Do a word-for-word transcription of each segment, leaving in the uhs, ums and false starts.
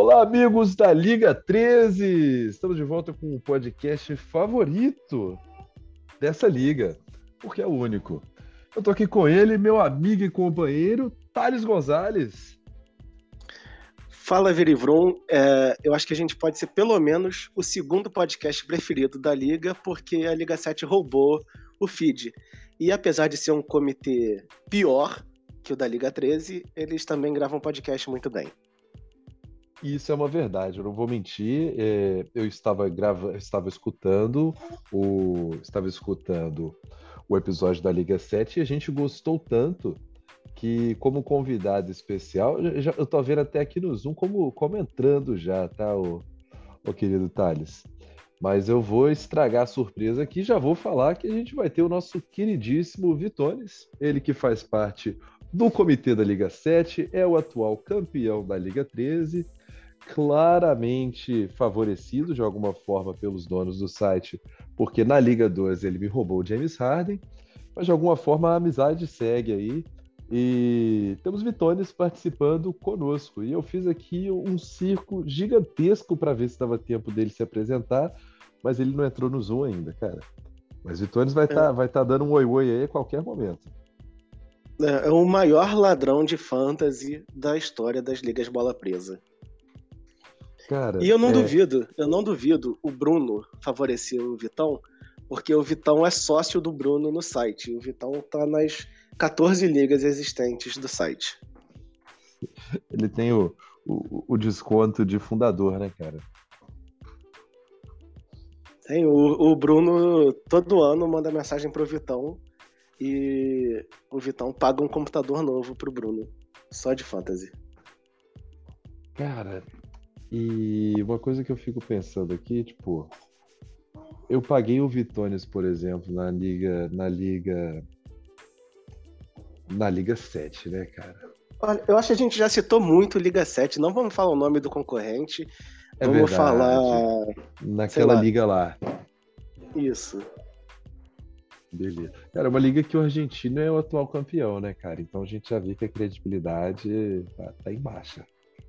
Olá, amigos da Liga treze! Estamos de volta com o podcast favorito dessa liga, porque é o único. Eu tô aqui com ele, meu amigo e companheiro, Thales Gonzalez. Fala, Verivron. É, eu acho que a gente pode ser pelo menos o segundo podcast preferido da Liga, porque a Liga sete roubou o feed. E apesar de ser um comitê pior que o da Liga treze, eles também gravam podcast muito bem. Isso é uma verdade, eu não vou mentir. é, eu estava grava... estava escutando o estava escutando o episódio da Liga sete e a gente gostou tanto que, como convidado especial, já- já- eu tô vendo até aqui no Zoom como, como entrando já, tá, o, o querido Thales? Mas eu vou estragar a surpresa aqui, já vou falar que a gente vai ter o nosso queridíssimo Vitones, ele que faz parte do comitê da Liga sete, é o atual campeão da Liga treze, claramente favorecido de alguma forma pelos donos do site, porque na Liga doze ele me roubou o James Harden, mas de alguma forma a amizade segue aí. E temos Vitones participando conosco. E eu fiz aqui um circo gigantesco para ver se dava tempo dele se apresentar, mas ele não entrou no Zoom ainda, cara. Mas Vitones vai estar tá, vai tá dando um oi-oi aí a qualquer momento. É, é o maior ladrão de fantasy da história das ligas bola presa. Cara, E eu não é... duvido, eu não duvido o Bruno favorecer o Vitão, porque o Vitão é sócio do Bruno no site. O Vitão tá nas quatorze ligas existentes do site. ele tem o, o, o desconto de fundador, né, cara? Tem, o, o Bruno todo ano manda mensagem pro Vitão e o Vitão paga um computador novo pro Bruno, só de fantasy. Cara, e uma coisa que eu fico pensando aqui, tipo, eu paguei o Vitones, por exemplo, na liga, na liga, na liga sete, né, cara? Olha, eu acho que a gente já citou muito Liga sete, não vamos falar o nome do concorrente, É vamos verdade. falar, sei Naquela lá, liga lá. isso. Beleza. Cara, é uma liga que o argentino é o atual campeão, né, cara? Então a gente já viu que a credibilidade tá, tá em baixa.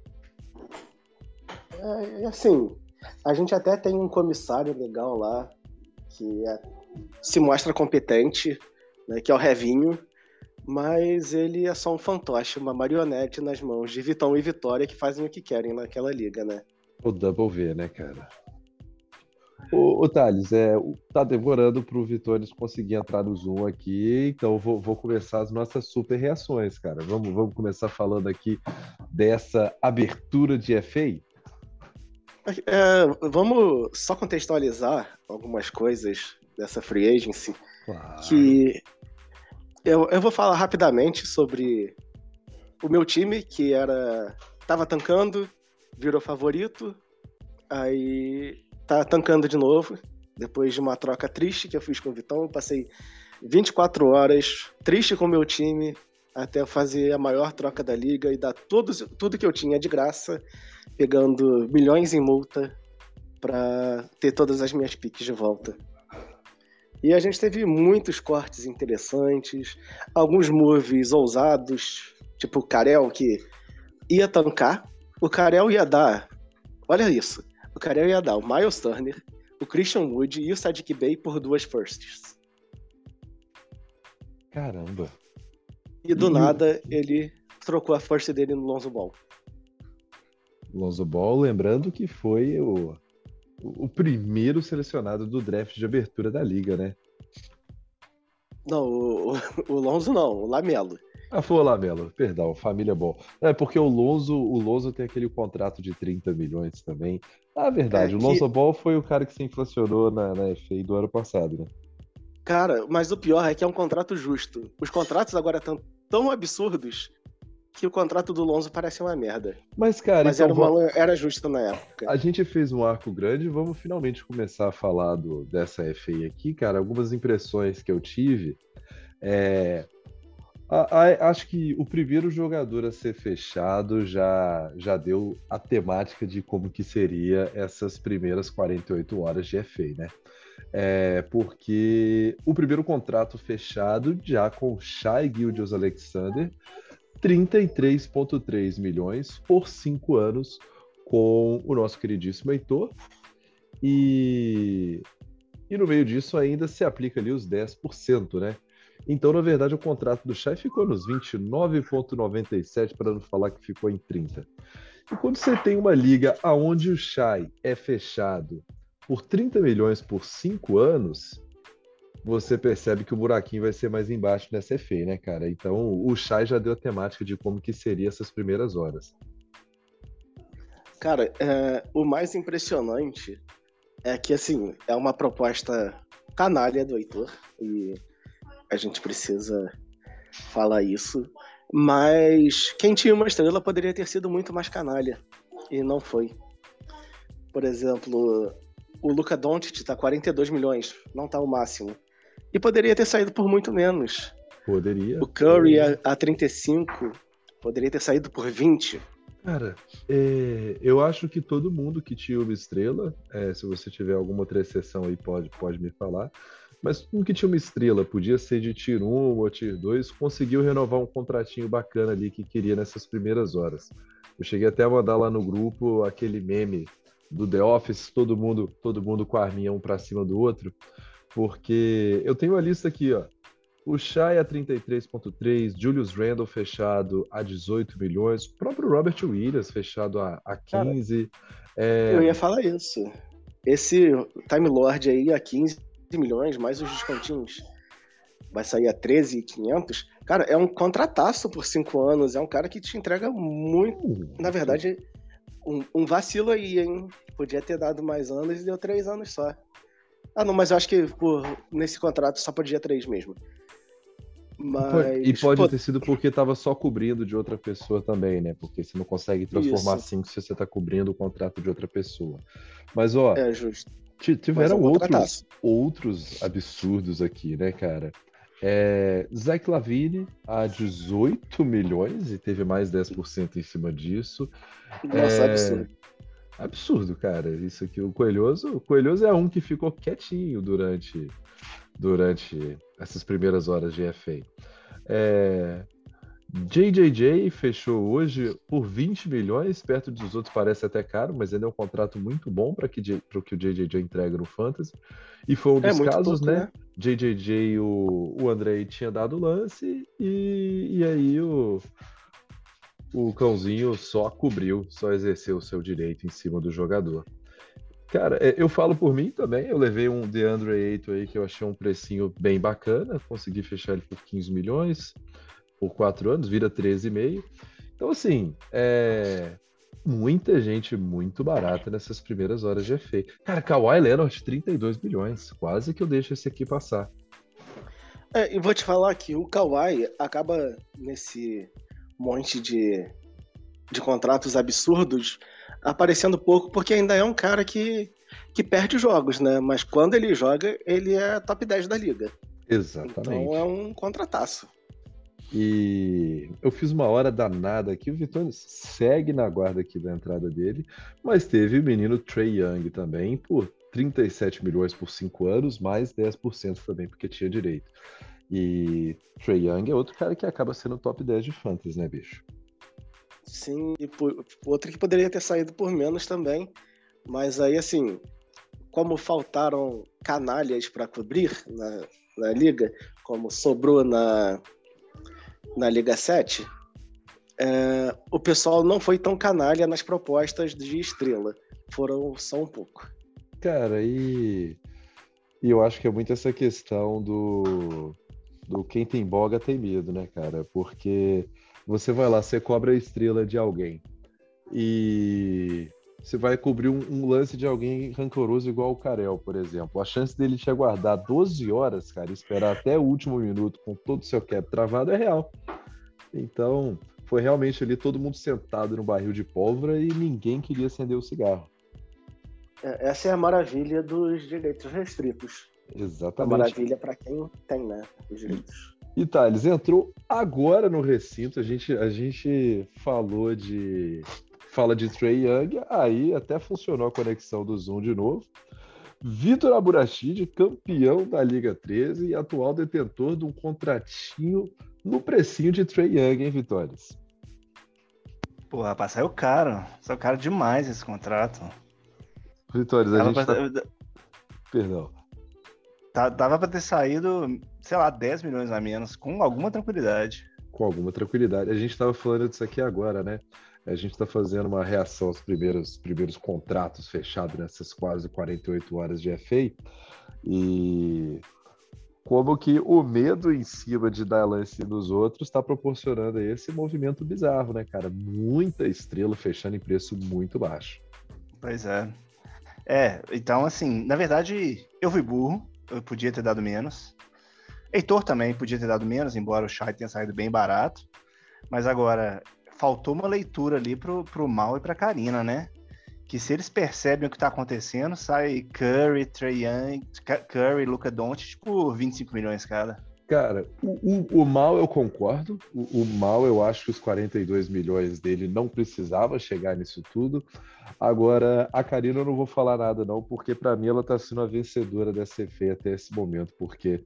É, e assim, a gente até tem um comissário legal lá, que é- se mostra competente, né, que é o Revinho, mas ele é só um fantoche, uma marionete nas mãos de Vitão e Vitória que fazem o que querem naquela liga, né? O Double V, né, cara? Ô, ô Thales, é, o- tá demorando pro Vitones conseguir entrar no Zoom aqui, então eu vou, vou começar as nossas super reações, cara. Vamos, vamos começar falando aqui dessa abertura de F A? É, vamos só contextualizar algumas coisas dessa free agency, Claro. que eu, eu vou falar rapidamente sobre o meu time, que era tava tancando, virou favorito, aí tá tancando de novo, depois de uma troca triste que eu fiz com o Vitão. Eu passei vinte e quatro horas triste com o meu time, até eu fazer a maior troca da liga e dar tudo, tudo que eu tinha de graça, pegando milhões em multa para ter todas as minhas piques de volta. E a gente teve muitos cortes interessantes, alguns moves ousados, tipo o Karel, que ia tancar, o Karel ia dar, olha isso, o Karel ia dar o Miles Turner, o Christian Wood e o Sadiq Bey por duas firsts. Caramba. E do E, e nada ele trocou a first dele no Lonzo Ball. o Lonzo Ball, lembrando que foi o, o primeiro selecionado do draft de abertura da liga, né? Não, o, o, o Lonzo não, o Lamelo. Ah, foi o Lamelo, perdão, família bom. É porque o Lonzo, o Lonzo tem aquele contrato de trinta milhões também. Ah, É verdade, o que, Lonzo Ball foi o cara que se inflacionou na, na F A do ano passado, né? cara, mas o pior é que é um contrato justo. Os contratos agora estão tão absurdos que o contrato do Lonzo parece uma merda. Mas, cara, Mas então era, va- uma, era justo na época. a gente fez um arco grande, vamos finalmente começar a falar do, dessa F A aqui, cara. Algumas impressões que eu tive. É, a- a- acho que o primeiro jogador a ser fechado já, já deu a temática de como que seria essas primeiras quarenta e oito horas de F A, né? É, porque o primeiro contrato fechado já com Shai Gilgeous-Alexander, trinta e três vírgula três milhões por cinco anos, com o nosso queridíssimo Heitor. E, e no meio disso ainda se aplica ali os dez por cento, né? Então, na verdade, o contrato do Shai ficou nos vinte e nove vírgula noventa e sete, para não falar que ficou em trinta. E quando você tem uma liga onde o Shai é fechado por trinta milhões por cinco anos, você percebe que o buraquinho vai ser mais embaixo nessa F A, né, cara? Então, o Shai já deu a temática de como que seria essas primeiras horas. Cara, é, o mais impressionante é que, assim, é uma proposta canalha do Heitor, e a gente precisa falar isso, mas quem tinha uma estrela poderia ter sido muito mais canalha, e não foi. Por exemplo, o Luka Doncic tá quarenta e dois milhões, não tá o máximo, e poderia ter saído por muito menos. Poderia. O Curry a, a trinta e cinco poderia ter saído por vinte. Cara, é, eu acho que todo mundo que tinha uma estrela, é, se você tiver alguma outra exceção aí, pode, pode me falar, mas todo mundo que tinha uma estrela, podia ser de Tier um ou Tier dois, conseguiu renovar um contratinho bacana ali que queria nessas primeiras horas. Eu cheguei até a mandar lá no grupo aquele meme do The Office, todo mundo, todo mundo com a arminha um pra cima do outro, porque eu tenho uma lista aqui, ó. O Shai a trinta e três vírgula três, Julius Randle fechado a dezoito milhões, o próprio Robert Williams fechado a, a quinze. Cara, é... eu ia falar isso. Esse Time Lord aí a quinze milhões, mais os descontinhos, vai sair a treze mil e quinhentos. Cara, é um contrataço por cinco anos, é um cara que te entrega muito. Na verdade, um, um vacilo aí, hein? Podia ter dado mais anos e deu três anos só. Ah, não, mas eu acho que por, nesse contrato só podia três mesmo. Mas, e pode pô, ter sido porque estava só cobrindo de outra pessoa também, né? Porque você não consegue transformar isso. cinco se você está cobrindo o contrato de outra pessoa. Mas, ó, é justo. tiveram Mas é um outros, outros absurdos aqui, né, cara? É, Zach LaVine a dezoito milhões e teve mais dez por cento em cima disso. Nossa, é... absurdo. Absurdo, cara. Isso aqui, o Coelhoso, o Coelhoso é um que ficou quietinho durante, durante essas primeiras horas de F A. É, J J J fechou hoje por vinte milhões, perto dos outros parece até caro, mas ainda é um contrato muito bom para que, o que o J J J entrega no Fantasy. E foi um dos é casos, pouco, né? né? J J J, o, o Andrei tinha dado lance e, e aí o, o cãozinho só cobriu, só exerceu o seu direito em cima do jogador. Cara, eu falo por mim também, eu levei um DeAndre Ayton aí que eu achei um precinho bem bacana, consegui fechar ele por quinze milhões, por quatro anos, vira treze vírgula cinco. Então, assim, é muita gente muito barata nessas primeiras horas de F A. Cara, Kawhi Leonard, trinta e dois milhões, quase que eu deixo esse aqui passar. É, e vou te falar que o Kawhi acaba nesse monte de, de contratos absurdos aparecendo pouco, porque ainda é um cara que, que perde jogos, né? Mas quando ele joga, ele é top dez da liga. Exatamente. Então é um contrataço. E eu fiz uma hora danada aqui, o Vitor segue na guarda aqui da entrada dele, mas teve o menino Trae Young também, por trinta e sete milhões por cinco anos, mais dez por cento também, porque tinha direito. E Trae Young é outro cara que acaba sendo top dez de fantasy, né, bicho? Sim, e por, outro que poderia ter saído por menos também, mas aí, assim, como faltaram canalhas para cobrir na, na liga, como sobrou na, na Liga sete, é, o pessoal não foi tão canalha nas propostas de estrela, foram só um pouco. Cara, e, e eu acho que é muito essa questão do, do quem tem boga tem medo, né, cara? Porque você vai lá, você cobra a estrela de alguém e você vai cobrir um, um lance de alguém rancoroso igual o Karel, por exemplo. A chance dele te aguardar doze horas, cara, e esperar até o último minuto com todo o seu cap travado é real. Então, foi realmente ali todo mundo sentado no barril de pólvora e ninguém queria acender o cigarro. Essa é a maravilha dos direitos restritos. Exatamente. A maravilha para quem tem, né, os direitos. E Thales, entrou agora no recinto, a gente, a gente falou de... Fala de Trae Young, aí até funcionou a conexão do Zoom de novo. Vitor Aburachid, campeão da Liga treze e atual detentor de um contratinho no precinho de Trae Young, hein, Vitórias? Pô, rapaz, saiu caro. Saiu caro demais esse contrato. Vitórias, a Tava gente pra, tá... Perdão. tá- Tava pra ter saído, sei lá, dez milhões a menos, com alguma tranquilidade. Com alguma tranquilidade. A gente estava falando disso aqui agora, né? A gente está fazendo uma reação aos primeiros, primeiros contratos fechados nessas quase quarenta e oito horas de F A. E como que o medo em cima de dar lance nos outros está proporcionando esse movimento bizarro, né, cara? Muita estrela fechando em preço muito baixo. Pois é. É, então assim, na verdade, eu fui burro, eu podia ter dado menos. Heitor também podia ter dado menos, embora o Shai tenha saído bem barato. Mas agora, faltou uma leitura ali pro, pro Mal e pra Karina, né? Que se eles percebem o que tá acontecendo, sai Curry, Trae Young, Curry, Luka Doncic por vinte e cinco milhões cada. Cara, o, o, o Mal eu concordo. O, o Mal eu acho que os quarenta e dois milhões dele não precisava chegar nisso tudo. Agora, a Karina eu não vou falar nada não, porque para mim ela tá sendo a vencedora dessa F A até esse momento, porque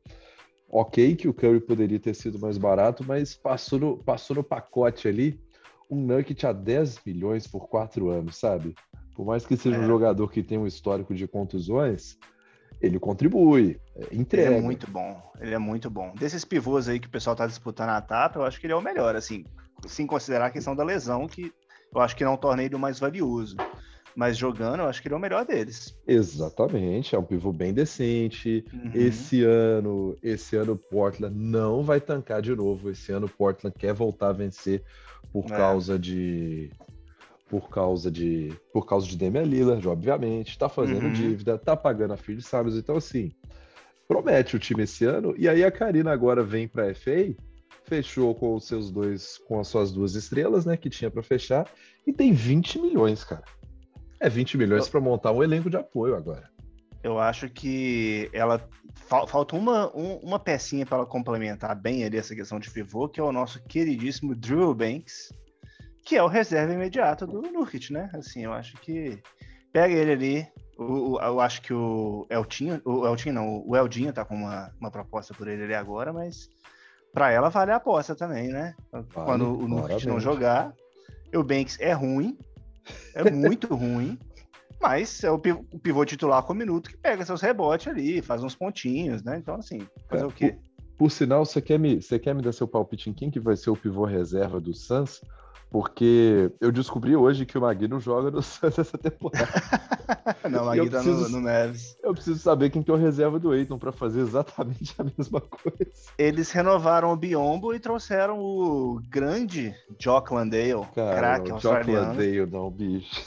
ok que o Curry poderia ter sido mais barato, mas passou no, passou no pacote ali um Nurkic a dez milhões por quatro anos, sabe? Por mais que seja É. um jogador que tem um histórico de contusões, ele contribui, entrega. Ele é muito bom, ele é muito bom. Desses pivôs aí que o pessoal tá disputando a tapa, eu acho que ele é o melhor, assim, sem considerar a questão da lesão, que eu acho que não torna ele o mais valioso. Mas jogando, eu acho que ele é o melhor deles. Exatamente, é um pivô bem decente. Uhum. Esse ano, esse ano Portland não vai tancar de novo. Esse ano Portland quer voltar a vencer por É. causa de por causa de por causa de Damian Lillard, obviamente, tá fazendo Uhum. dívida, tá pagando a Phil Simons, então assim, promete o time esse ano. E aí a Karina agora vem para F A, fechou com os seus dois, com as suas duas estrelas, né, que tinha para fechar, e tem vinte milhões, cara. É vinte milhões para montar um elenco de apoio agora. Eu acho que ela fal, falta uma, um, uma pecinha para ela complementar bem ali essa questão de pivô, que é o nosso queridíssimo Drew Banks, que é o reserva imediato do Nurkic, né? Assim, eu acho que pega ele ali. O, o, eu acho que o Eltinho, o Eltinho não, o Eldinho tá com uma, uma proposta por ele ali agora, mas para ela vale a aposta também, né? Vale, quando o Nurkic não claramente. jogar, o Banks é ruim, é muito ruim, mas é o pivô, o pivô titular com minuto que pega seus rebotes ali, faz uns pontinhos, né? Então, assim, fazer É, o quê? Por, por sinal, você quer, me, você quer me dar seu palpite em quem que vai ser o pivô reserva do Suns? Porque eu descobri hoje que o Magui não joga no Suns essa temporada. Não, o E eu Magui tá preciso- no, no Neves. Eu preciso saber quem que é o reserva do Ayton para fazer exatamente a mesma coisa. Eles renovaram o Biombo e trouxeram o grande Jock Landale, Cara, craque não, Jock australiano. Landale não, bicho.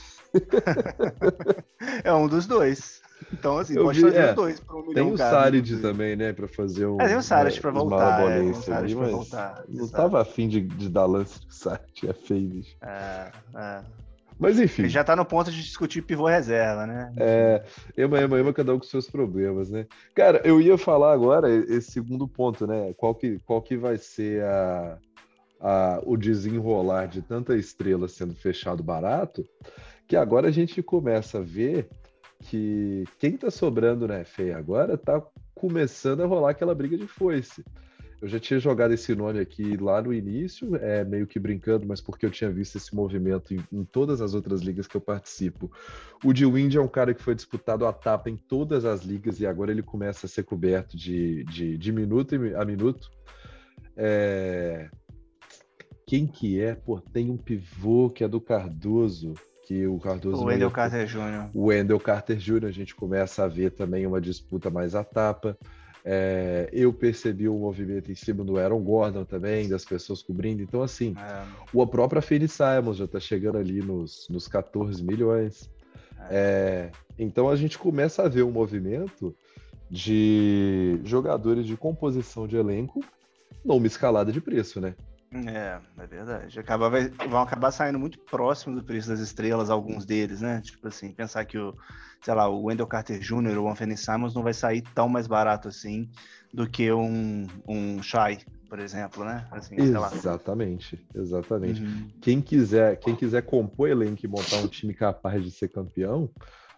É um dos dois. Então, assim, Eu pode vi, fazer é, os dois por um Tem milhão o cada. Saric inclusive. também, né, para fazer um, É, tem o Saric pra uns voltar, é, tem o marabolenses Saric ali, pra mas voltar, não exato. tava afim de, de dar lance pro Saric, é feio, bicho. É, é. Mas enfim, Ele já tá no ponto de discutir pivô reserva, né? é, ema, ema, ema, cada um com seus problemas, né? Cara, eu ia falar agora esse segundo ponto, né? Qual que, qual que vai ser a, a, o desenrolar de tanta estrela sendo fechado barato, que agora a gente começa a ver que quem tá sobrando na F A agora tá começando a rolar aquela briga de foice. Eu já tinha jogado esse nome aqui lá no início, é meio que brincando, mas porque eu tinha visto esse movimento em, em todas as outras ligas que eu participo. O de Wind é um cara que foi disputado a tapa em todas as ligas e agora ele começa a ser coberto de, de, de minuto a minuto. É... Quem que é? Pô, tem um pivô que é do Cardoso, que o Cardoso... O não Wendell ia- Carter Júnior O Wendell Carter Júnior, a gente começa a ver também uma disputa mais à tapa. É, eu percebi um movimento em cima do Aaron Gordon também, das pessoas cobrindo. Então, assim, É, o- a própria Phil Simons já está chegando ali nos, nos catorze milhões. É, então, a gente começa a ver um movimento de jogadores de composição de elenco numa escalada de preço, né? é, é verdade. Acaba, vai- vão acabar saindo muito próximo do preço das estrelas, alguns deles, né? Tipo assim, pensar que o, sei lá, o Wendell Carter Júnior ou o Anthony Simons não vai sair tão mais barato assim do que um, um Shai, por exemplo, né? Assim, sei lá. Exatamente, exatamente. Uhum. Quem quiser, quem quiser compor elenco e montar um time capaz de ser campeão,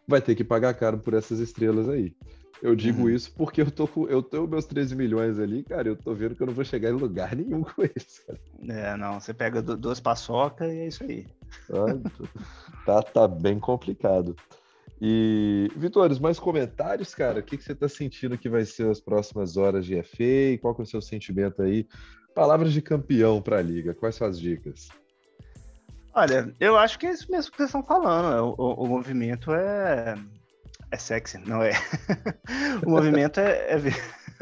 vai ter que pagar caro por essas estrelas aí. Eu digo uhum. isso porque eu tô com eu tenho meus treze milhões ali, cara, eu tô vendo que eu não vou chegar em lugar nenhum com eles, cara. É, não, você pega duas paçoca e é isso aí. Tá, tá bem complicado. E, Vitores, mais comentários, cara? O que, que você tá sentindo que vai ser as próximas horas de F A? Qual que é o seu sentimento aí? Palavras de campeão para a Liga, quais são as dicas? Olha, eu acho que é isso mesmo que vocês estão falando. O, o, o movimento é... É sexy, não é? O movimento é... É...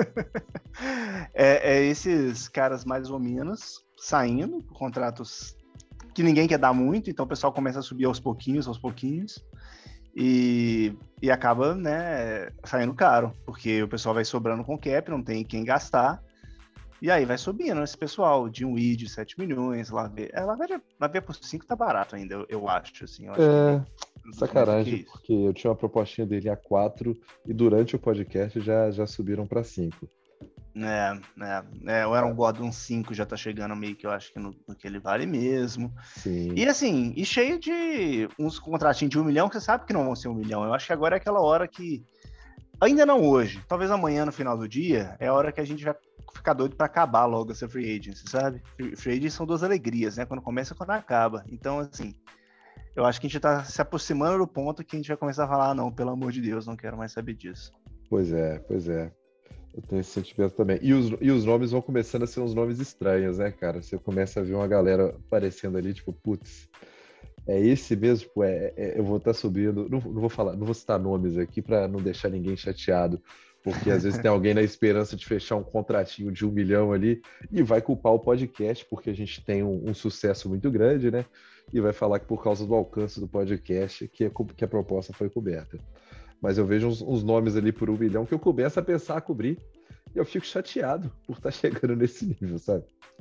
é... é esses caras mais ou menos saindo, contratos que ninguém quer dar muito, então o pessoal começa a subir aos pouquinhos, aos pouquinhos. E, e acaba, né, saindo caro, porque o pessoal vai sobrando com cap, não tem quem gastar, e aí vai subindo esse pessoal de um I de sete milhões, lá ver. É, lá ver por cinco tá barato ainda, eu, eu acho, assim. Eu acho é, que, sacanagem, que porque eu tinha uma propostinha dele a quatro e durante o podcast já, já subiram para cinco. É, é, é, o Aaron Gordon cinco já tá chegando meio que eu acho que no, no que ele vale mesmo. Sim. E assim, e cheio de uns contratinhos de um milhão que você sabe que não vão ser um milhão. Eu acho que agora é aquela hora que, ainda não hoje, talvez amanhã no final do dia, é a hora que a gente vai ficar doido pra acabar logo essa free agency, sabe? Free agency são duas alegrias, né? Quando começa e quando acaba. Então, assim, eu acho que a gente tá se aproximando do ponto que a gente vai começar a falar, ah, não, pelo amor de Deus, não quero mais saber disso. Pois é, pois é. Eu tenho esse sentimento também. E os, e os nomes vão começando a ser uns nomes estranhos, né, cara? Você começa a ver uma galera aparecendo ali, tipo, putz, é esse mesmo? Tipo, é, é, eu vou estar tá subindo. Não, não vou falar, não vou citar nomes aqui para não deixar ninguém chateado, porque às vezes tem alguém na esperança de fechar um contratinho de um milhão ali e vai culpar o podcast, porque a gente tem um, um sucesso muito grande, né? E vai falar que por causa do alcance do podcast que a, que a proposta foi coberta. Mas eu vejo uns, uns nomes ali por um milhão que eu começo a pensar a cobrir e eu fico chateado por estar chegando nesse nível, sabe?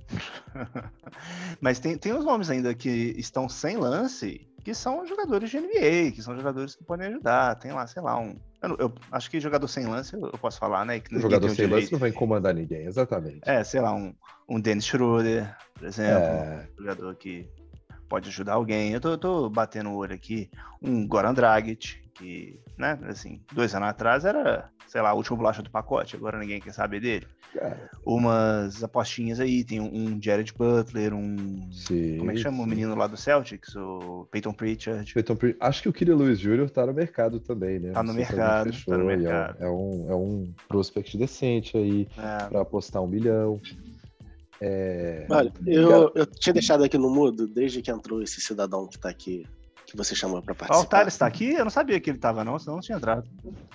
Mas tem, tem uns nomes ainda que estão sem lance, que são jogadores de N B A, que são jogadores que podem ajudar. Tem lá, sei lá, um... Eu, eu acho que jogador sem lance eu, eu posso falar, né? Que o jogador sem lance não vai incomodar ninguém, exatamente. É, sei lá, um, um Dennis Schroeder, por exemplo, é... um jogador que pode ajudar alguém. Eu tô, eu tô batendo o olho aqui, um Goran Dragic, que, né, assim, dois anos atrás era, sei lá, a última bolacha do pacote, agora ninguém quer saber dele. Cara. Umas apostinhas aí, tem um Jared Butler, um... Sim, como é que chama sim. o menino lá do Celtics? O Peyton Pritchard. Peyton Pritchard. Acho que o Kyrie Lewis Júnior tá no mercado também, né? Tá no mercado, fechou, tá no mercado. É um, é um prospect decente aí, é. Pra apostar um milhão. É... Olha, eu, eu tinha deixado aqui no mudo desde que entrou esse cidadão que tá aqui, que você chamou pra participar. O Thales tá aqui? Eu não sabia que ele tava não, senão não tinha entrado.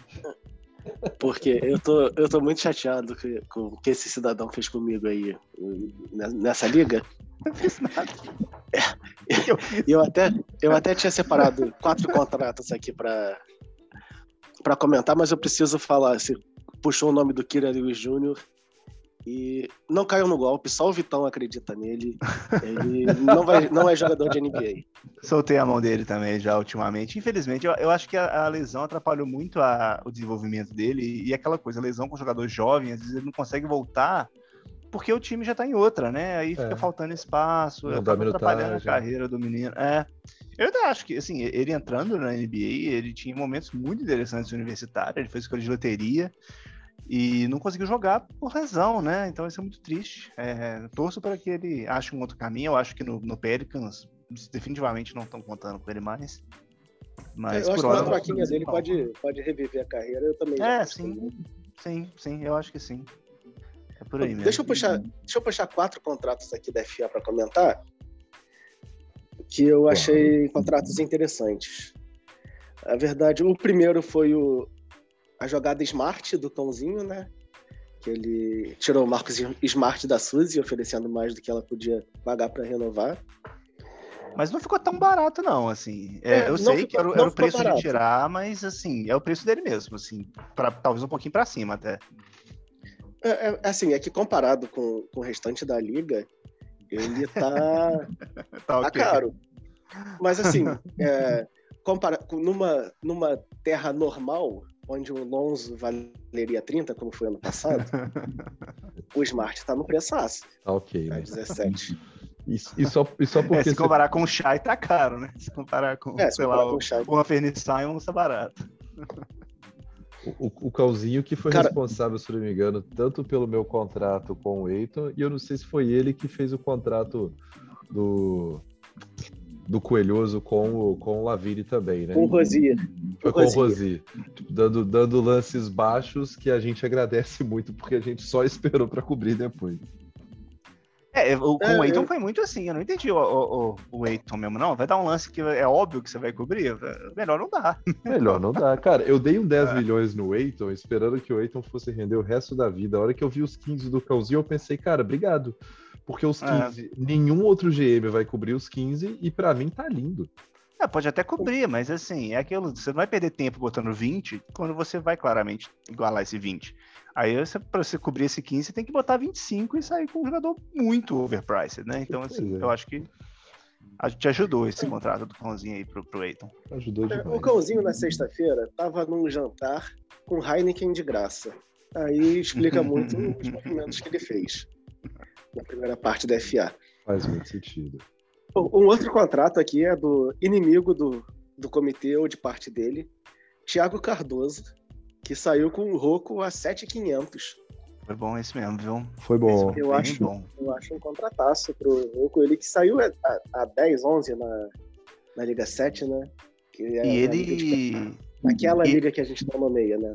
Porque eu tô, eu tô muito chateado com, com o que esse cidadão fez comigo aí nessa liga. Não fiz nada. É, eu, eu, até, eu até tinha separado quatro contratos aqui pra, pra comentar, mas eu preciso falar. Você puxou o nome do Kyrie Lewis Júnior e não caiu no golpe, só o Vitão acredita nele. Ele não, vai, não é jogador de N B A. Soltei a mão dele também já ultimamente. Infelizmente, eu, eu acho que a, a lesão atrapalhou muito a, o desenvolvimento dele. E aquela coisa, lesão com jogador jovem, às vezes ele não consegue voltar porque o time já tá em outra, né? Aí fica é. faltando espaço, acaba atrapalhando a carreira do menino. É. Eu ainda acho que, assim, ele entrando na N B A, ele tinha momentos muito interessantes universitários, ele fez escolha de loteria. E não conseguiu jogar por lesão, né? Então isso é muito triste. É, torço para que ele ache um outro caminho. Eu acho que no, no Pelicans definitivamente não estão contando com ele mais. Mas eu acho por que hora, uma troquinha dele pode, pode reviver a carreira. Eu também. É, sim, sim, sim. Eu acho que sim. É por aí mesmo. Deixa eu puxar, deixa eu puxar quatro contratos aqui da F A para comentar, que eu achei Uau. contratos interessantes. A verdade, o primeiro foi o a jogada Smart do Tonzinho, né? Que ele tirou o Marcos Smart da Suzy, oferecendo mais do que ela podia pagar para renovar. Mas não ficou tão barato, não, assim. É, é, eu sei ficou, que era, era o preço barato. de tirar, mas, assim, é o preço dele mesmo, assim. Pra, talvez um pouquinho para cima, até. É, é, assim, é que comparado com, com o restante da liga, ele tá, tá, okay. tá caro. Mas, assim, é, compara, numa, numa terra normal, onde o Lonzo valeria trinta, como foi ano passado, o Smart tá no preçaço. Ok. Tá né? dezessete. E, e, só, e só porque... É, se comparar você... com o Shai, tá caro, né? Se comparar com, é, sei lá, o, o Anthony Simons, tá barato. O, o Cauzinho que foi Cara... responsável, se não me engano, tanto pelo meu contrato com o Eiton, e eu não sei se foi ele que fez o contrato do, do Coelhoso com o, com o Lavigne também, né? Com o Rosier. Foi com o Rosier. Tipo, dando, dando lances baixos que a gente agradece muito, porque a gente só esperou para cobrir depois. É, o, com é, o Eiton eu... foi muito assim, eu não entendi o, o, o Eiton mesmo, não. Vai dar um lance que é óbvio que você vai cobrir, melhor não dá. Melhor não dá. Cara, eu dei um dez é. milhões no Eiton, esperando que o Eiton fosse render o resto da vida. A hora que eu vi os quinze do Cauzinho, eu pensei, cara, obrigado. Porque os quinze, é. nenhum outro G M vai cobrir os quinze, e pra mim tá lindo. É, pode até cobrir, mas assim, é aquilo, você não vai perder tempo botando vinte, quando você vai claramente igualar esse vinte. Aí, você, pra você cobrir esse quinze, você tem que botar vinte e cinco e sair com um jogador muito overpriced, né? Então, assim, é. eu acho que a gente ajudou esse contrato do Cãozinho aí pro, pro Eiton. Ajudou demais. O Cãozinho, na sexta-feira, tava num jantar com Heineken de graça. Aí explica muito os movimentos que ele fez na primeira parte da F A. Faz muito sentido. Um outro contrato aqui é do inimigo do, do comitê ou de parte dele, Thiago Cardoso, que saiu com o Rocco a sete mil e quinhentos. Foi bom esse mesmo, viu? Foi bom. Eu acho, bom. eu acho um contrataço pro Rocco. Ele que saiu a, a dez, onze na, na Liga sete, né? Que é e ele... De... Aquela e... liga que a gente não nomeia, né?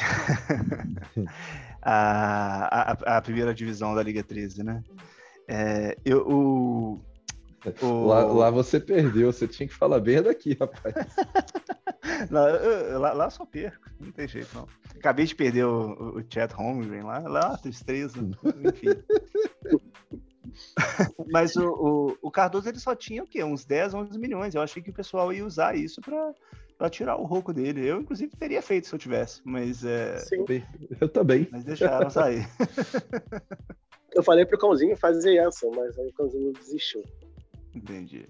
a, a, a primeira divisão da Liga treze, né? É, eu... O... O... Lá, lá você perdeu, você tinha que falar bem daqui, rapaz. lá, eu, lá, lá só perco, não tem jeito não. Acabei de perder o, o Chet Holmgren lá, lá tristeza, enfim. Mas o, o, o Cardoso ele só tinha o quê? Uns dez, onze milhões. Eu achei que o pessoal ia usar isso pra, pra tirar o Rocco dele. Eu, inclusive, teria feito se eu tivesse, mas é... Sim, eu também. Mas deixaram sair. Eu falei pro Cãozinho fazer essa, mas aí o Cãozinho desistiu. Entendi.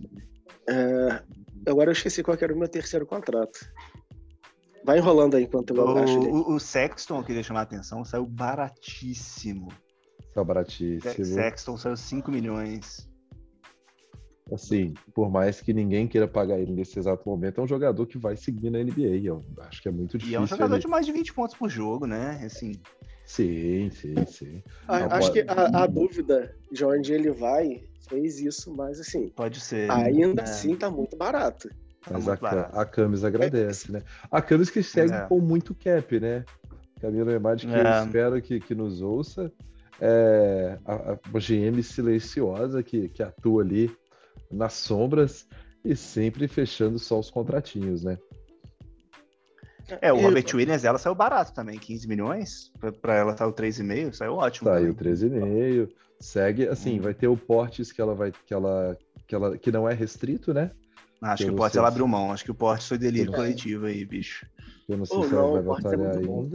É, agora eu esqueci qual que era o meu terceiro contrato. Vai enrolando aí enquanto eu o, acho. O, o Sexton, eu queria chamar a atenção, saiu baratíssimo. Saiu baratíssimo. Sexton saiu cinco milhões. Assim, por mais que ninguém queira pagar ele nesse exato momento, é um jogador que vai seguir na N B A. Eu acho que é muito difícil. E é um jogador ele... de mais de vinte pontos por jogo, né? Assim... Sim, sim, sim. A, acho que a, a dúvida de onde ele vai fez isso, mas assim... Pode ser. Ainda é. assim tá muito barato. Mas tá a, a Camis agradece, é. né? A Camis que segue é. com muito cap, né? Camila Emad, que é. eu espero que, que nos ouça. É a, a G M silenciosa que, que atua ali nas sombras e sempre fechando só os contratinhos, né? É, o Robert e... Williams, ela saiu barato também, quinze milhões, pra ela saiu três e meio, saiu ótimo. Saiu três e meio, segue, assim, hum. vai ter o Portes que ela vai, que ela, que ela, que não é restrito, né? Acho que, que o Portes ela abriu mão, acho que o Portes foi delírio é. coletivo aí, bicho. Eu não sei oh, se ela não, vai batalhar é ainda.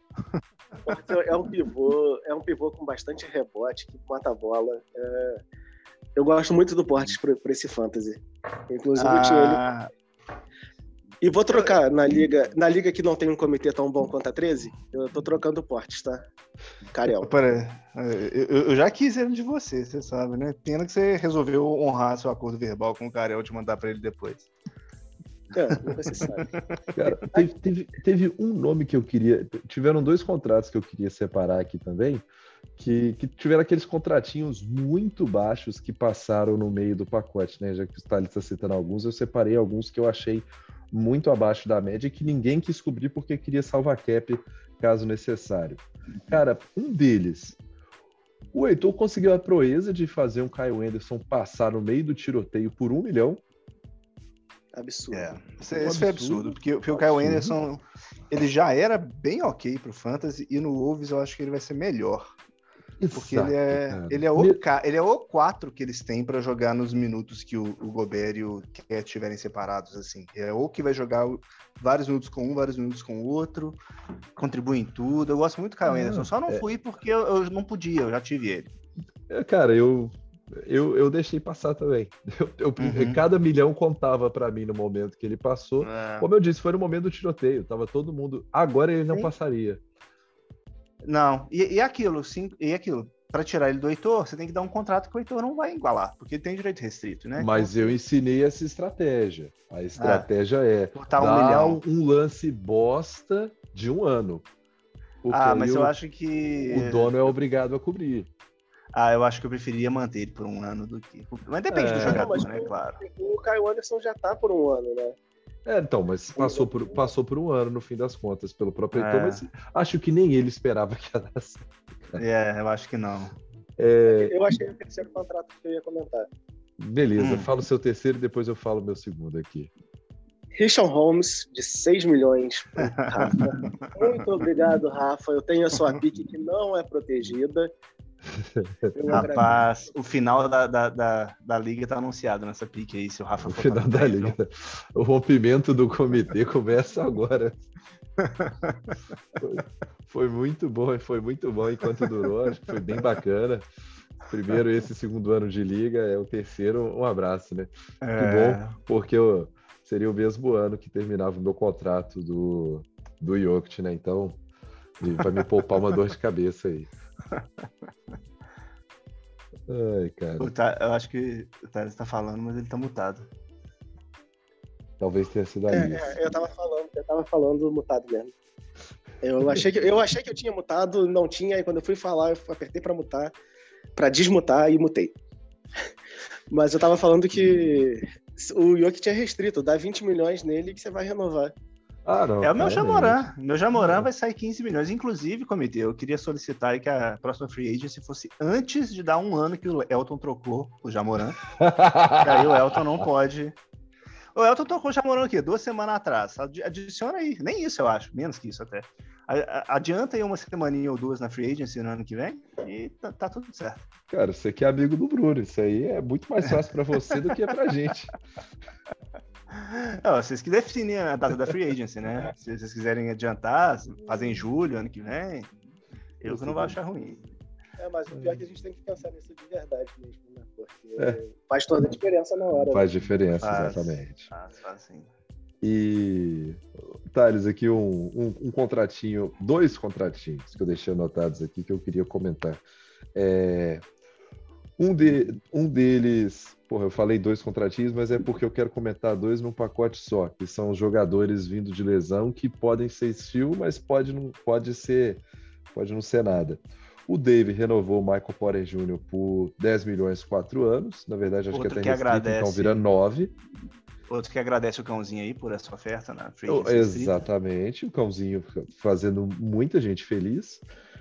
É um pivô, é um pivô com bastante rebote, que mata a bola. É... Eu gosto muito do Portes pra, pra esse fantasy. Inclusive ah... eu tinha ele... E vou trocar na liga, na liga que não tem um comitê tão bom quanto a treze, eu tô trocando o Portes, tá? Cariel. Pera, eu, eu já quis ele de você, você sabe, né? Pena que você resolveu honrar seu acordo verbal com o Cariel te mandar pra ele depois. É, nunca se sabe. Cara, teve, teve, teve um nome que eu queria... Tiveram dois contratos que eu queria separar aqui também, que, que tiveram aqueles contratinhos muito baixos que passaram no meio do pacote, né? Já que o Thales está citando alguns, eu separei alguns que eu achei muito abaixo da média e que ninguém quis cobrir porque queria salvar cap caso necessário. Cara, um deles, o Heitor conseguiu a proeza de fazer um Kyle Anderson passar no meio do tiroteio por um milhão. Absurdo. É, isso, um isso foi absurdo, porque, porque o Kyle Anderson ele já era bem ok pro Fantasy e no Wolves eu acho que ele vai ser melhor. Porque Exato, ele, é, ele, é o, ele é o quatro que eles têm para jogar nos minutos que o, o Gobert e o Cat estiverem separados, assim. É o que vai jogar vários minutos com um, vários minutos com o outro, contribui em tudo. Eu gosto muito do Kyle ah, Anderson, só não é... fui porque eu, eu não podia, eu já tive ele. É, cara, eu, eu, eu deixei passar também. Eu, eu, uhum. Cada milhão contava para mim no momento que ele passou. É. Como eu disse, foi no momento do tiroteio, tava todo mundo... Agora ele não Sim. passaria. Não, e, e aquilo, sim, e aquilo, para tirar ele do Heitor, você tem que dar um contrato que o Heitor não vai igualar, porque ele tem direito restrito, né? Mas então, eu ensinei essa estratégia. A estratégia ah, é botar um dar milhão. um lance bosta de um ano. Ah, mas eu o, acho que... o dono é obrigado a cobrir. Ah, eu acho que eu preferia manter ele por um ano do que... Mas depende é... do jogador, não, né? O, claro. O Kyle Anderson já tá por um ano, né? É, então, mas passou por, passou por um ano, no fim das contas, pelo próprio Heitor, é. mas acho que nem ele esperava que ia dar certo. É, eu acho que não. É... Eu achei o terceiro contrato que eu ia comentar. Beleza, hum. fala o seu terceiro e depois eu falo o meu segundo aqui. Richaun Holmes, de seis milhões, Rafa. Muito obrigado, Rafa. Eu tenho a sua pique que não é protegida. Eu Rapaz, agradeço. O final da, da, da, da liga tá anunciado nessa pique aí, se o Rafa o for final da liga. Então. O rompimento do comitê começa agora. Foi, foi muito bom, foi muito bom enquanto durou, acho que foi bem bacana. Primeiro esse segundo ano de liga, é o terceiro, um abraço, né? É... Que bom, porque eu, seria o mesmo ano que terminava o meu contrato do, do Jokic, né? Então, vai me poupar uma dor de cabeça aí. Ai, cara. Tá, eu acho que o Thales tá falando, mas ele tá mutado. Talvez tenha sido aí. É, é, eu tava falando, eu tava falando mutado mesmo. Eu achei que eu, achei que eu tinha mutado, não tinha, aí quando eu fui falar, eu apertei pra mutar, pra desmutar e mutei. Mas eu tava falando que o Jokic é restrito, dá vinte milhões nele que você vai renovar. Ah, não, é o meu Jamoran. Meu Jamoran vai sair quinze milhões. Inclusive, comitê, eu queria solicitar aí que a próxima free agency fosse antes de dar um ano que o Elton trocou o Jamoran. E aí o Elton não pode... O Elton trocou o Jamoran aqui, duas semanas atrás. Adiciona aí. Nem isso, eu acho. Menos que isso até. Adianta aí uma semaninha ou duas na free agency no ano que vem e tá, tá tudo certo. Cara, você que é amigo do Bruno. Isso aí é muito mais fácil pra você do que pra gente. Não, vocês que definem a data da free agency, né? Se vocês quiserem adiantar, fazer em julho, ano que vem, eu que não vou achar ruim. É, mas o pior é que a gente tem que pensar nisso de verdade mesmo, né? Porque é. faz toda a diferença na hora. Faz né? diferença, faz, exatamente. Faz, faz sim. E, Thales, aqui um, um, um contratinho, dois contratinhos que eu deixei anotados aqui que eu queria comentar. É... Um, de, um deles, porra, eu falei dois contratinhos, mas é porque eu quero comentar dois num pacote só, que são os jogadores vindo de lesão que podem ser estilo, mas pode não, pode ser, pode não ser nada. O Dave renovou o Michael Porter Júnior por dez milhões, quatro anos. Na verdade, acho Outro que até que restrito, então vira nove. Outro que agradece o Cãozinho aí por essa oferta na free oh, Exatamente, o Cãozinho fazendo muita gente feliz.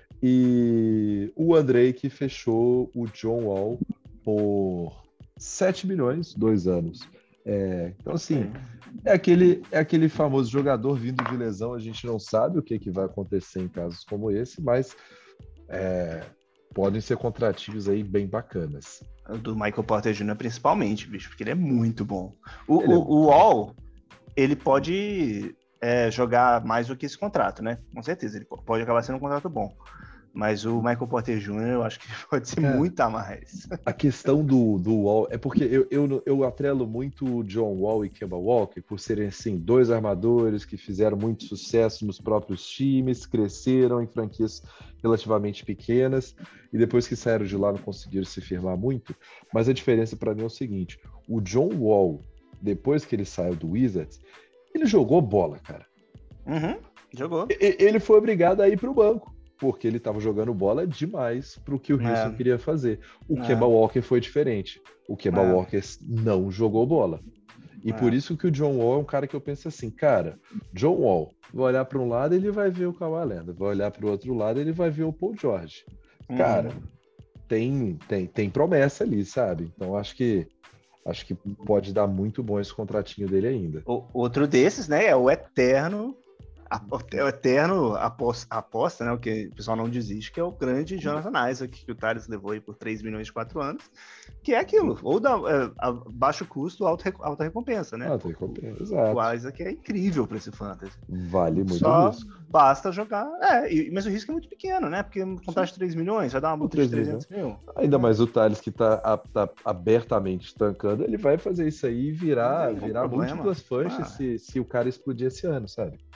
E o Andrei que fechou o John Wall por sete milhões, dois anos. É, então, assim, é aquele, é aquele famoso jogador vindo de lesão, a gente não sabe o que, que vai acontecer em casos como esse, mas é, podem ser contratinhos aí bem bacanas. Do Michael Porter Júnior principalmente, bicho, porque ele é muito bom. O, o, é o Wall, ele pode é, jogar mais do que esse contrato, né? Com certeza, ele pode acabar sendo um contrato bom. Mas o Michael Porter Júnior eu acho que pode ser é, muito a mais. A questão do, do Wall é porque eu, eu, eu atrelo muito o John Wall e Kemba Walker por serem assim, dois armadores que fizeram muito sucesso nos próprios times, cresceram em franquias relativamente pequenas e depois que saíram de lá não conseguiram se firmar muito. Mas a diferença para mim é o seguinte, o John Wall, depois que ele saiu do Wizards, ele jogou bola, cara. Uhum, jogou. E, ele foi obrigado a ir para o banco. Porque ele estava jogando bola demais para o que o Houston é. queria fazer. O é. Kemba Walker foi diferente. O Kemba é. Walker não jogou bola. E é. por isso que o John Wall é um cara que eu penso assim, cara, John Wall, vai olhar para um lado ele vai ver o Kawhi Leonard, vai olhar para o outro lado ele vai ver o Paul George. Hum. Cara, tem, tem, tem promessa ali, sabe? Então acho que acho que pode dar muito bom esse contratinho dele ainda. O, outro desses, né, é o eterno o eterno aposta, aposta, né, o que o pessoal não desiste, que é o grande Jonathan Isaac, que o Thales levou aí por três milhões de quatro anos, que é aquilo, ou da, é, a baixo custo, alta, alta recompensa, né? Alta recompensa, exato. O Isaac é incrível para esse fantasy. Vale muito Só risco. Basta jogar, é, e, mas o risco é muito pequeno, né? Porque um contrato de três milhões vai dar uma multa de trezentos mil. Ainda mais o Thales que tá, tá abertamente estancando, ele vai fazer isso aí e virar, virar múltiplas fanches ah. se, se o cara explodir esse ano, sabe? Excelente.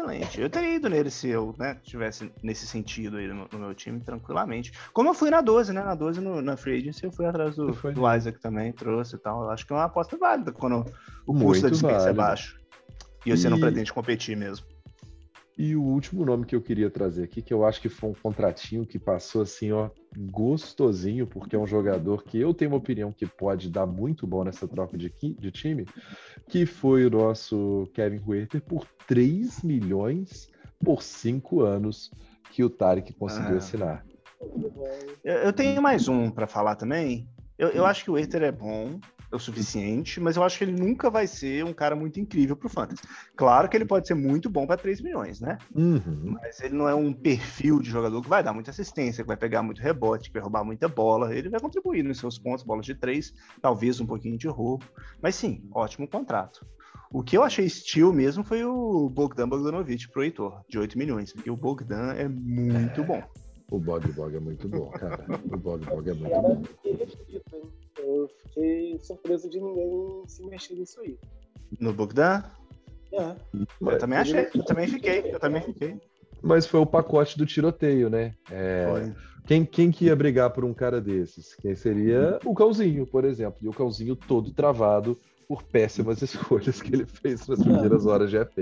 excelente. Eu teria ido nele se eu, né, tivesse nesse sentido aí no, no meu time, tranquilamente. Como eu fui na doze, né? Na doze, no, na Free Agency, eu fui atrás do, do Isaac também, trouxe e tal. Eu acho que é uma aposta válida quando o custo Muito da dispensa válido. é baixo. E você E- não pretende competir mesmo. E o último nome que eu queria trazer aqui, que eu acho que foi um contratinho que passou assim, ó, gostosinho, porque é um jogador que eu tenho uma opinião que pode dar muito bom nessa troca de, qui- de time, que foi o nosso Kevin Huerter por três milhões por cinco anos que o Tarek conseguiu Ah. assinar. Eu, eu tenho mais um pra falar também. Eu, eu acho que o Herter é bom, é o suficiente, mas eu acho que ele nunca vai ser um cara muito incrível pro Fantasy. Claro que ele pode ser muito bom para três milhões, né? Uhum. Mas ele não é um perfil de jogador que vai dar muita assistência, que vai pegar muito rebote, que vai roubar muita bola. Ele vai contribuir nos seus pontos, bolas de três, talvez um pouquinho de roubo. Mas sim, ótimo contrato. O que eu achei steal mesmo foi o Bogdan Bogdanovic pro Heitor, de oito milhões, porque o Bogdan é muito bom. O Bog Bog é muito bom, cara. O Bog Bog é muito Cara, bom. fiquei restrito, hein? Eu fiquei surpreso de ninguém se mexer nisso aí. No Bogdan, É. eu Mas, também achei, eu também fiquei, eu também fiquei. mas foi o pacote do tiroteio, né? É, Foi. Quem, quem que ia brigar por um cara desses? Quem seria o Cãozinho, por exemplo. E o Cãozinho todo travado por péssimas escolhas que ele fez nas primeiras horas de F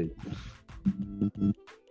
A.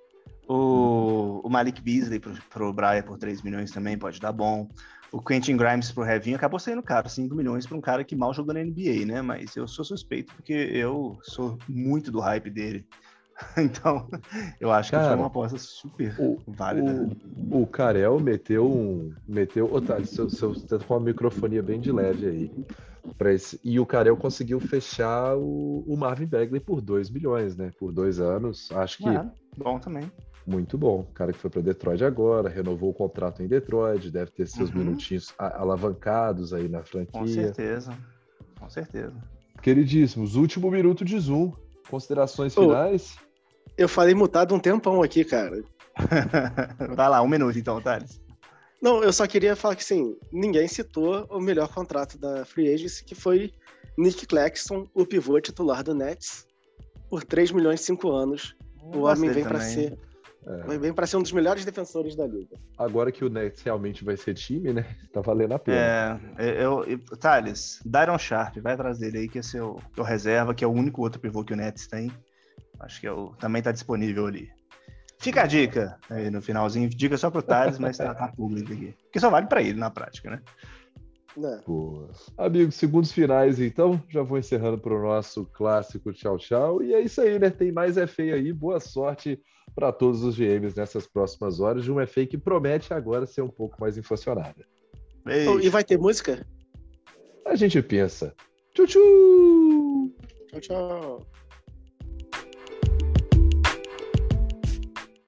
O, o Malik Beasley pro, pro Brian por três milhões também pode dar bom. O Quentin Grimes pro Revinho acabou saindo caro, cinco milhões para um cara que mal jogou na N B A, né? Mas eu sou suspeito porque eu sou muito do hype dele. Então, eu acho que Cara, foi uma aposta super O, válida. o, o Karel meteu um. Meteu. Ô, Thales, seu, seu, você tá com uma microfonia bem de leve aí. Pra esse, e o Karel conseguiu fechar o, o Marvin Bagley por dois milhões, né? Por dois anos. Acho que Ah, bom também. muito bom. O cara que foi para Detroit agora, renovou o contrato em Detroit, deve ter seus Uhum. minutinhos a- alavancados aí na franquia. Com certeza. Com certeza. Queridíssimos, último minuto de Zoom. Considerações Ô. finais? Eu falei mutado um tempão aqui, cara. Vai lá, um minuto então, Thales. Não, eu só queria falar que, assim, ninguém citou o melhor contrato da Free Agency, que foi Nick Claxton, o pivô titular do Nets, por três milhões e cinco anos. O homem vem para ser, É. vem para ser um dos melhores defensores da liga. Agora que o Nets realmente vai ser time, né? Tá valendo a pena. É, eu, eu, Thales, Dyron Sharp, vai atrás dele aí, que é seu, seu reserva, que é o único outro pivô que o Nets tem. Acho que é o, também tá disponível ali. Fica a dica aí no finalzinho, dica só pro Thales, mas tá, tá público aqui. Porque só vale pra ele na prática, né? Né? Boa. Amigos, segundos finais, então, já vou encerrando para o nosso clássico tchau, tchau. E é isso aí, né? Tem mais F A aí. Boa sorte para todos os G Ms nessas próximas horas de um F A que promete agora ser um pouco mais inflacionada. Beijo. Oh, e vai ter música? A gente pensa. Tchau, tchau! Tchau, tchau.